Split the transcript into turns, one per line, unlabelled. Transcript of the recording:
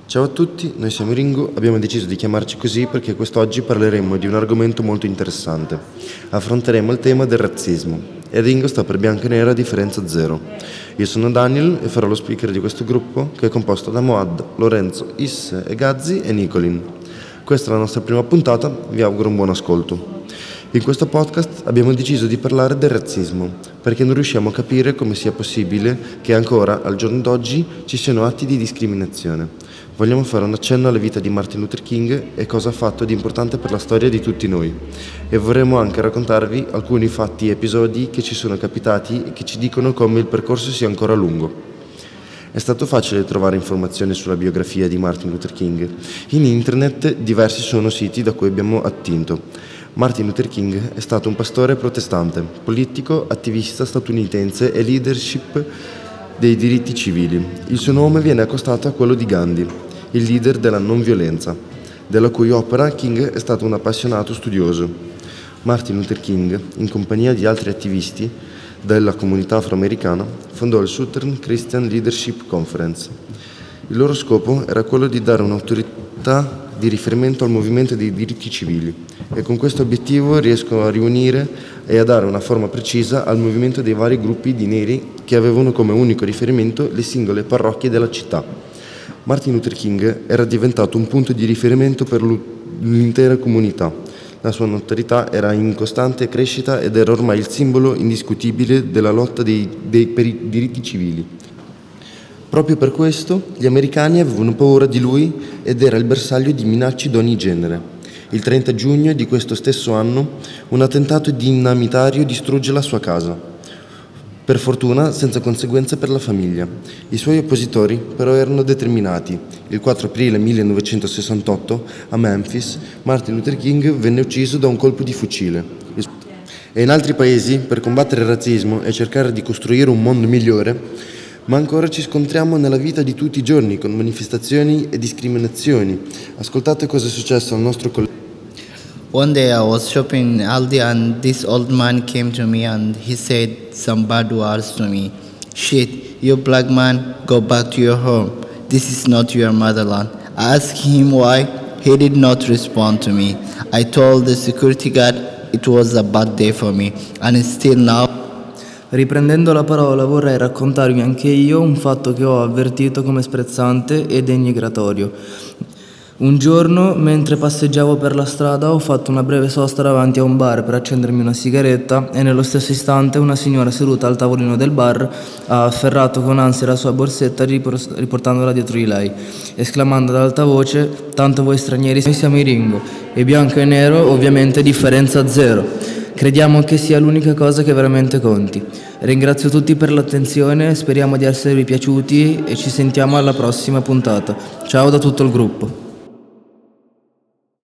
Ciao a tutti, noi siamo Ringo, abbiamo deciso di chiamarci così perché quest'oggi parleremo di un argomento molto interessante. Affronteremo il tema del razzismo e Ringo sta per Bianco e Nero a differenza zero. Io sono Daniel e farò lo speaker di questo gruppo che è composto da Moad, Lorenzo, Isse, Gazzi e Nicolin. Questa è la nostra prima puntata, vi auguro un buon ascolto. In questo podcast abbiamo deciso di parlare del razzismo, perché non riusciamo a capire come sia possibile che ancora, al giorno d'oggi, ci siano atti di discriminazione. Vogliamo fare un accenno alla vita di Martin Luther King e cosa ha fatto di importante per la storia di tutti noi. E vorremmo anche raccontarvi alcuni fatti e episodi che ci sono capitati e che ci dicono come il percorso sia ancora lungo. È stato facile trovare informazioni sulla biografia di Martin Luther King. In internet diversi sono siti da cui abbiamo attinto. Martin Luther King è stato un pastore protestante, politico, attivista statunitense e leadership dei diritti civili. Il suo nome viene accostato a quello di Gandhi, il leader della non violenza, della cui opera King è stato un appassionato studioso. Martin Luther King, in compagnia di altri attivisti della comunità afroamericana, fondò il Southern Christian Leadership Conference. Il loro scopo era quello di dare un'autorità di riferimento al movimento dei diritti civili e con questo obiettivo riescono a riunire e a dare una forma precisa al movimento dei vari gruppi di neri che avevano come unico riferimento le singole parrocchie della città. Martin Luther King era diventato un punto di riferimento per l'intera comunità. La sua notorietà era in costante crescita ed era ormai il simbolo indiscutibile della lotta per i diritti civili. Proprio per questo gli americani avevano paura di lui ed era il bersaglio di minacce di ogni genere. Il 30 giugno di questo stesso anno un attentato dinamitario distrugge la sua casa. Per fortuna senza conseguenze per la famiglia. I suoi oppositori però erano determinati. Il 4 aprile 1968 a Memphis Martin Luther King venne ucciso da un colpo di fucile. E in altri paesi, per combattere il razzismo e cercare di costruire un mondo migliore, ma ancora ci scontriamo nella vita di tutti i giorni con manifestazioni e discriminazioni. Ascoltate cosa è successo al nostro collega.
One day I was shopping in Aldi and this old man came to me and he said some bad words to me. Shit, you black man, go back to your home. This is not your motherland. I asked him why. He did not respond to me. I told the security guard it was a bad day for me and still now.
Riprendendo la parola vorrei raccontarvi anche io un fatto che ho avvertito come sprezzante e denigratorio. Un giorno, mentre passeggiavo per la strada, ho fatto una breve sosta davanti a un bar per accendermi una sigaretta e nello stesso istante una signora seduta al tavolino del bar ha afferrato con ansia la sua borsetta riportandola dietro di lei, esclamando ad alta voce: «Tanto voi stranieri, noi siamo i Ringo, e bianco e nero ovviamente differenza zero». Crediamo che sia l'unica cosa che veramente conti. Ringrazio tutti per l'attenzione, speriamo di esservi piaciuti e ci sentiamo alla prossima puntata. Ciao da tutto il gruppo.